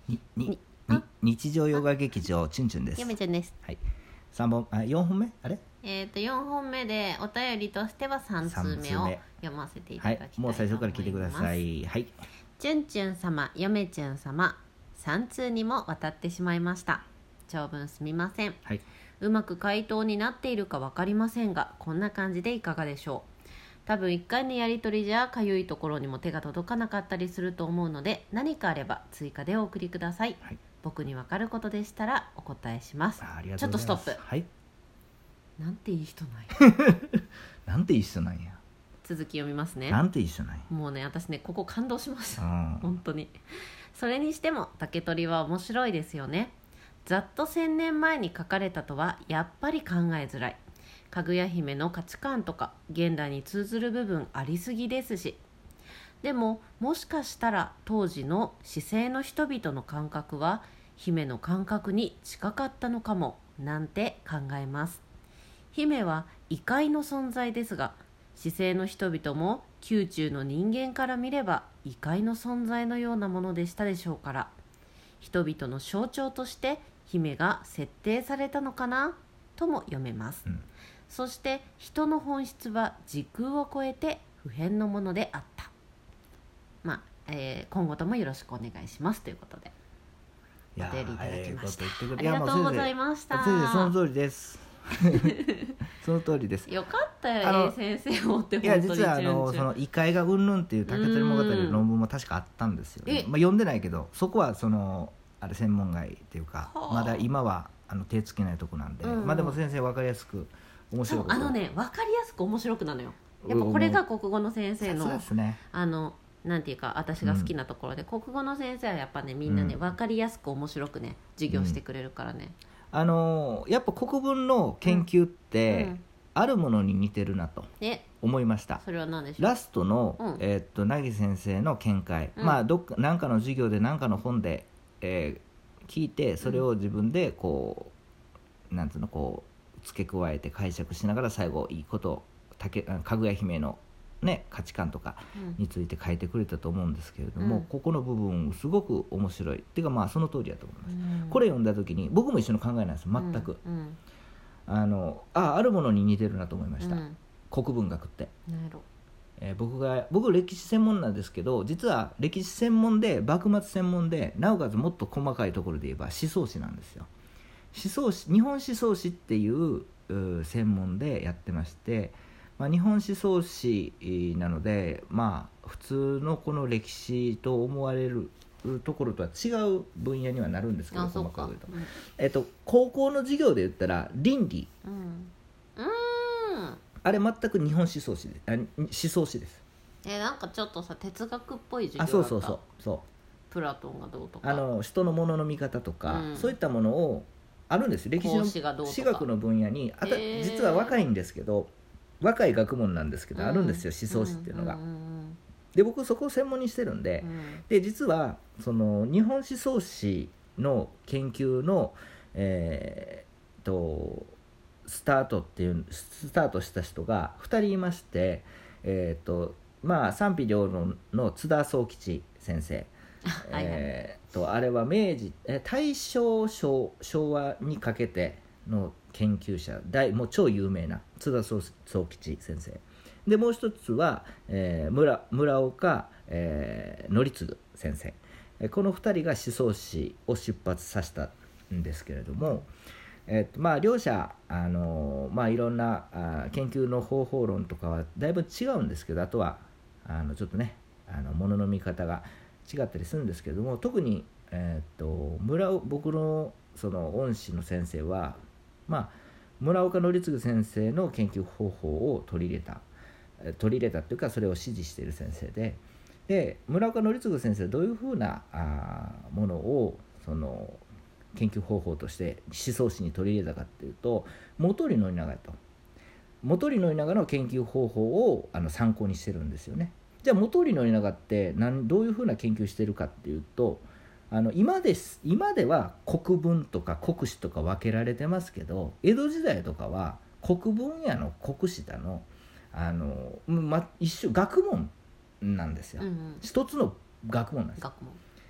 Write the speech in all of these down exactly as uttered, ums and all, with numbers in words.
ににに日常ヨガ劇場チュンチュンです。 ゆめちゃんです。 はい。さんぼんあよんほんめあれ？ えっ、ー、とよんほんめでお便りとしてはさんつうめを読ませていただきたいと思います。 はい、もう最初から聞いてください。はい。 チュンチュン様、ゆめちゃん様、さんつうにも渡ってしまいました。長文すみません。 はい。 うまく回答になっているか分かりませんが、こんな感じでいかがでしょう。多分いっかいのやり取りじゃかゆいところにも手が届かなかったりすると思うので、何かあれば追加でお送りください。はい、僕に分かることでしたらお答えします。 ありがちょっとストップ。 はい。 なんていい人なんやなんていい人なんや。 続き読みますね。 なんていい人なんや。 もうね、私ねここ感動しました本当に。それにしても竹取は面白いですよね。ざっとせんねんまえに書かれたとはやっぱり考えづらい。かぐや姫の価値観とか現代に通ずる部分ありすぎですし、でももしかしたら当時の市井の人々の感覚は姫の感覚に近かったのかもなんて考えます。姫は異界の存在ですが、市井の人々も宮中の人間から見れば異界の存在のようなものでしたでしょうから、人々の象徴として姫が設定されたのかなとも読めます、うん、そして人の本質は時空を超えて不変のものであった。まあ、えー、今後ともよろしくお願いしますということでお便りいただきました。ありがとうございました。 先生その通りですその通りです。 よかったよ、先生もって本当に。いや実はあのその異界がうんぬんっていう竹取物語の論文も確かあったんですよ、ね、まあ、読んでないけどそこはそのあれ専門外っていうか、まだ今はあの手つけないとこなんで、うん、まあでも先生分かりやすく面白いこと。 あのね分かりやすく面白くなのよ。やっぱこれが国語の先生の、 ね、 あのなんていうか私が好きなところで、うん、国語の先生はやっぱねみんなね、うん、分かりやすく面白くね授業してくれるからね、 うん、あのやっぱ国文の研究って、うんうん、あるものに似てるなと思いました。 それは何でしょう。 ラストの、うんえー、っと凪先生の見解、うん、まあどっか何かの授業で何かの本で、えー、聞いてそれを自分でこう、うん、なんつうのこう付け加えて解釈しながら最後いいことをかぐや姫の、ね、価値観とかについて書いてくれたと思うんですけれども、うん、ここの部分すごく面白いっていうか、まあその通りだと思います、うん、これ読んだ時に僕も一緒に考えないです全く、うんうん、あの あ, あるものに似てるなと思いました、うん、国文学って。 なるほど。 えー、僕が僕歴史専門なんですけど、実は歴史専門で幕末専門でなおかつもっと細かいところで言えば思想史なんですよ。思想史、日本思想史っていう専門でやってまして、まあ、日本思想史なので、まあ、普通のこの歴史と思われるところとは違う分野にはなるんですけど、細かく言うと、うんえっと、高校の授業で言ったら倫理、 うん、うーんあれ全く日本思想史であ思想史です。 えなんかちょっとさ哲学っぽい授業だった。あそうそうそうそうプラトンがどうとかあの人のものの見方とか、うん、そういったものをあるんです。歴史の史学の分野にあた実は若いんですけど、若い学問なんですけど、うん、あるんですよ思想史っていうのが、うんうんうん、で僕そこを専門にしてるんで、うん、で実はその日本思想史の研究の、えー、とスタートっていうスタートした人がふたりいまして、えーとまあ、賛否両論の津田宗吉先生はい、えー、とあれは明治え大正 昭, 昭和にかけての研究者大もう超有名な津田宗吉先生で、もう一つは、えー、村, 村岡、えー、則次先生、このふたりが思想史を出発させたんですけれども、えーとまあ、両者、あのーまあ、いろんなあ研究の方法論とかはだいぶ違うんですけど、あとはあのちょっとねあのものの見方が違ったりするんですけれども、特に、えー、と村僕のその恩師の先生は、まあ、村岡則次先生の研究方法を取り入れた取り入れたというかそれを支持している先生で、で村岡則次先生はどういうふうなあものをその研究方法として思想史に取り入れたかっていうと、本利宣長と本利宣長の研究方法をあの参考にしてるんですよね。じゃあ本利宣長って何どういうふうな研究してるかっていうと、あの 今, です今では国文とか国史とか分けられてますけど、江戸時代とかは国文やの国史だのあの、ま、一緒学問なんですよ、うんうん、一つの学問なんです。 学問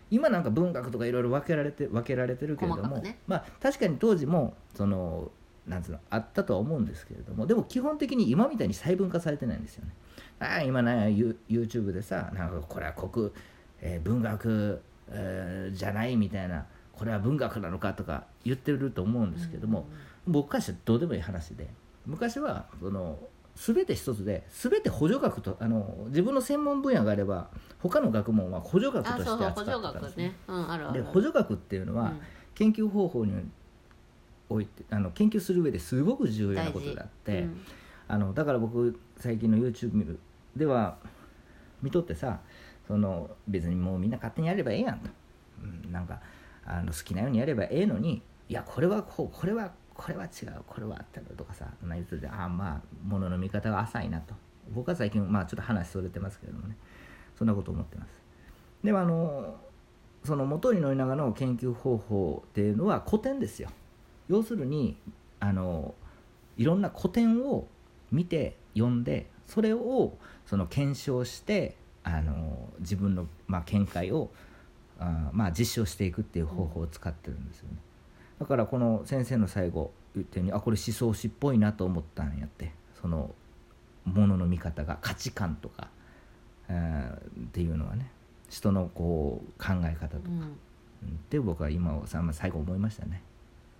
今なんか文学とかいろいろ分けられて分けられてるけれども、ね、まあ確かに当時もそのなんつうのあったとは思うんですけれども、でも基本的に今みたいに細分化されてないんですよね。あ今ね YouTube でさなんかこれは国、えー、文学、えー、じゃないみたいな、これは文学なのかとか言ってると思うんですけども、うん、僕からしたらどうでもいい話で、昔はその全て一つで全て補助学とあの自分の専門分野があれば他の学問は補助学として扱ってたんですね。で補助学っていうのは、うん、研究方法においてあの研究する上ですごく重要なことであって、うん、あのだから僕最近の YouTube では見とってさ、その別にもうみんな勝手にやればええやんと、うん、なんかあの好きなようにやればええのに、いやこれはこうこれはこれは違うこれはあったのとかさ、言ってて、ああまあ物の見方が浅いなと、僕は最近まあちょっと話それてますけれどもね、そんなこと思ってます。でもあのその元に宣長の研究方法っていうのは古典ですよ。要するにあのいろんな古典を見て読んで、それをその検証してあの自分の、まあ、見解をあ、まあ、実証していくっていう方法を使ってるんですよね。だからこの先生の最後言ったように、あこれ思想史っぽいなと思ったんやって、そのものの見方が価値観とか、えー、っていうのはね、人のこう考え方とか、うん、って僕は今最後思いましたね。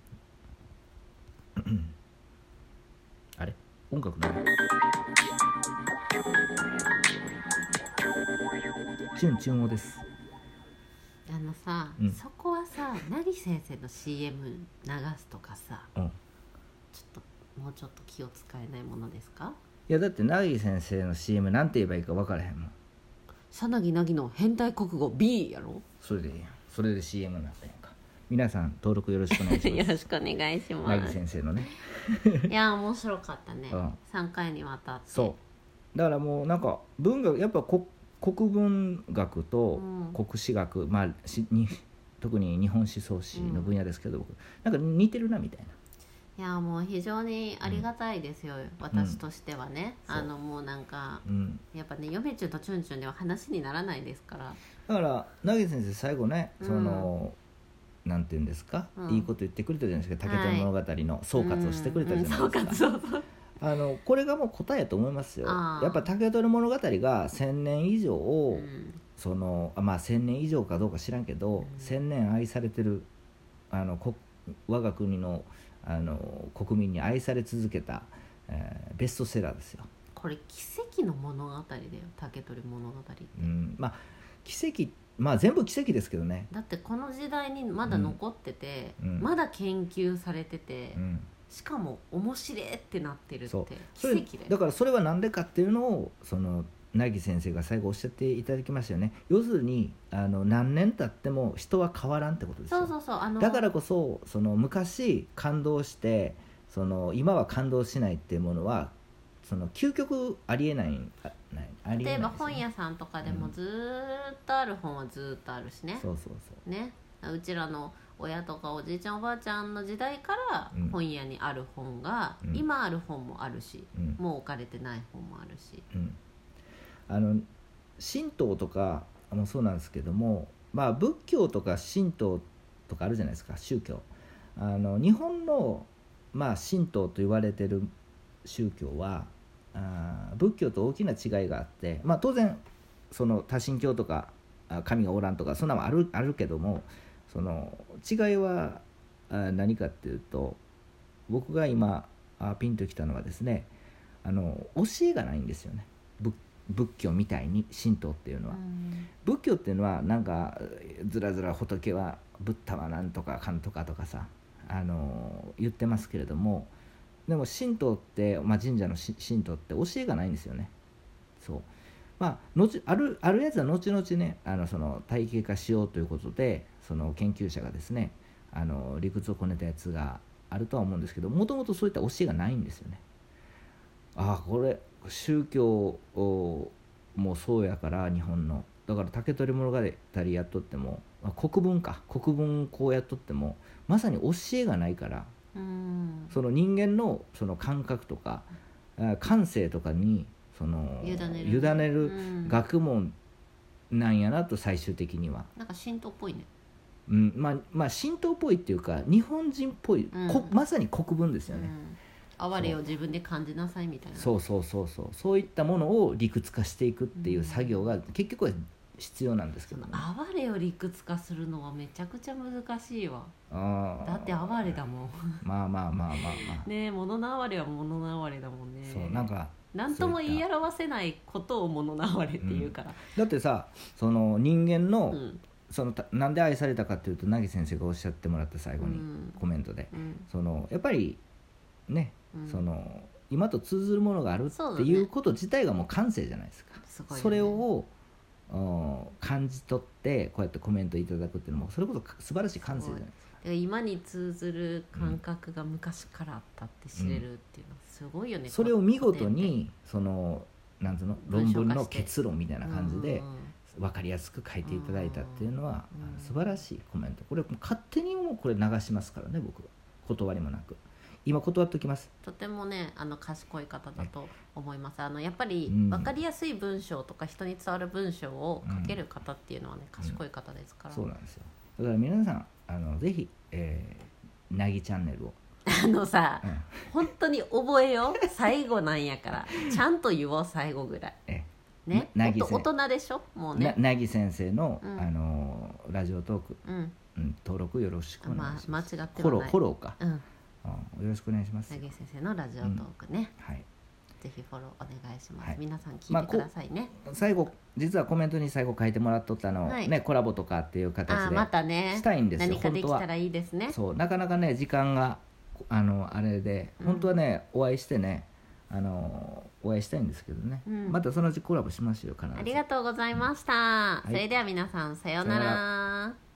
あれ音楽だね。チュンチュンオです。 あのさ、うん、そこはさ、凪先生の シーエム 流すとかさ、うん、ちょっともうちょっと気を使えないものですか？ いやだって凪先生の シーエム なんて言えばいいか分からへんもん。 さなぎなぎの変態国語 B やろ。 それでいいやん。それで シーエム になったやんか。皆さん登録よろしくお願いします。 よろしくお願いします。 凪先生のねいや面白かったね、うん、さんかいにわたって。 そうだからもうなんか文学やっぱこ国文学と国史学、うん、まあしに特に日本思想史の分野ですけど、うん、なんか似てるなみたいな。 いやもう非常にありがたいですよ、うん、私としてはね、うん、あのもうなんか、うん、やっぱね嫁チュンとチュンチュンでは話にならないですから。 だから凪先生最後ね、その、うん、なんていうんですか、うん、いいこと言ってくれたじゃないですか。竹取物語の総括をしてくれたじゃないですか、 はい、うん、総括をあのこれがもう答えやと思いますよ。やっぱ竹取物語がせんねん以上を、うん、そのまあせんねん以上かどうか知らんけど、うん、せんねん愛されてるあの我が国のあの国民に愛され続けた、えー、ベストセラーですよ。 これ奇跡の物語だよ、竹取物語って、 うん、まあ奇跡、まあ全部奇跡ですけどね。 だってこの時代にまだ残ってて、うん、まだ研究されてて、うん、しかも面白いってなってるって奇跡だよ。 だからそれは何でかっていうのをその凪先生が最後おっしゃっていただきましたよね。要するにあの何年経っても人は変わらんってことですよ。 そうそうそう、あのだからこそ、その昔感動してその今は感動しないっていうものはその究極ありえない、あないありえないですね。 例えば本屋さんとかでもずっとある本はずっとあるしね、 うん、そうそうそうね、うちらの親とかおじいちゃんおばあちゃんの時代から本屋にある本が、うん、今ある本もあるし、うん、もう置かれてない本もあるし、うん、 あの神道とかもそうなんですけども、まあ、仏教とか神道とかあるじゃないですか、宗教。あの日本の、まあ、神道と言われてる宗教はあ仏教と大きな違いがあって、まあ、当然その多神教とか神がおらんとかそんなのもある、あるけども、その違いは何かっていうと、僕が今ピンときたのはですね、あの教えがないんですよね。仏教みたいに神道っていうのは、うん、仏教っていうのはなんかずらずら仏はブッダはなんとかかんとかとかさ、あの言ってますけれども、でも神道って、まあ、神社の神道って教えがないんですよね。そうまあ、後あるあるやつは後々ね、あのその体系化しようということでその研究者がですね、あの理屈をこねたやつがあるとは思うんですけど、もともとそういった教えがないんですよね。ああこれ宗教もそうやから、日本のだから竹取物語やっとっても、国文か国文こうやっとってもまさに教えがないから、うん、その人間のその感覚とか感性とかにその委ねる、委ねる学問なんやなと最終的には。 なんか神道っぽいね。 うん、まあまあ神道っぽいっていうか日本人っぽい、 うん、 こまさに国分ですよね。 うん、哀れを自分で感じなさいみたいな。 そうそうそうそうそういったものを理屈化していくっていう作業が結局は必要なんですけどね。 哀れを理屈化するのはめちゃくちゃ難しいわ。 あだって哀れだもん。 まあまあまあまあまあねえ、物の哀れは物の哀れだもんね。 そうなんか何とも言い表せないことを物の哀れっていうから、うん、 だってさその人間の、 うんそのなんで愛されたかっていうと凪先生がおっしゃってもらった最後にコメントで、 うん、 そのやっぱりね、うん、その今と通ずるものがあるっていうこと自体がもう感性じゃないですか。 すごいよね。 それを感じ取ってこうやってコメントいただくっていうのもそれこそ素晴らしい感性じゃないですか。 今に通ずる感覚が昔からあったって知れるっていうのはすごいよね、うん、 それを見事にそのなんつうの論文の結論みたいな感じで分かりやすく書いていただいたっていうのは素晴らしいコメント。これ勝手にもこれ流しますからね、僕は断りもなく今断っておきます。 とてもねあの賢い方だと思います。あのやっぱり分かりやすい文章とか人に伝わる文章を書ける方っていうのはね、うん、賢い方ですから、 そうなんですよ。だから皆さんあのぜひ、えー、なぎチャンネルをあのさ、 うん、 本当に覚えよう最後なんやからちゃんと言おう最後ぐらいえね、大人でしょもうね。 なぎ先生の、 うん、 あのラジオトーク、 うんうん、登録よろしくお願いします。 まあ、間違ってフォローフォローか、 うん、 よろしくお願いします。 なぎ先生のラジオトークね、 うん、はい、 ぜひフォローお願いします、 はい、 皆さん聞いてくださいね、 まあ、最後実はコメントに最後書いてもらっとったの、はい、ね、コラボとかっていう形でまたねしたいんですよ。 何かできたらいいですね。 そうなかなかね時間があのあれで本当はね、うん、お会いしてねあのお会いしたいんですけどね、うん、またそのうちコラボしましょう。必ずありがとうございました、はい、それでは皆さんさようなら。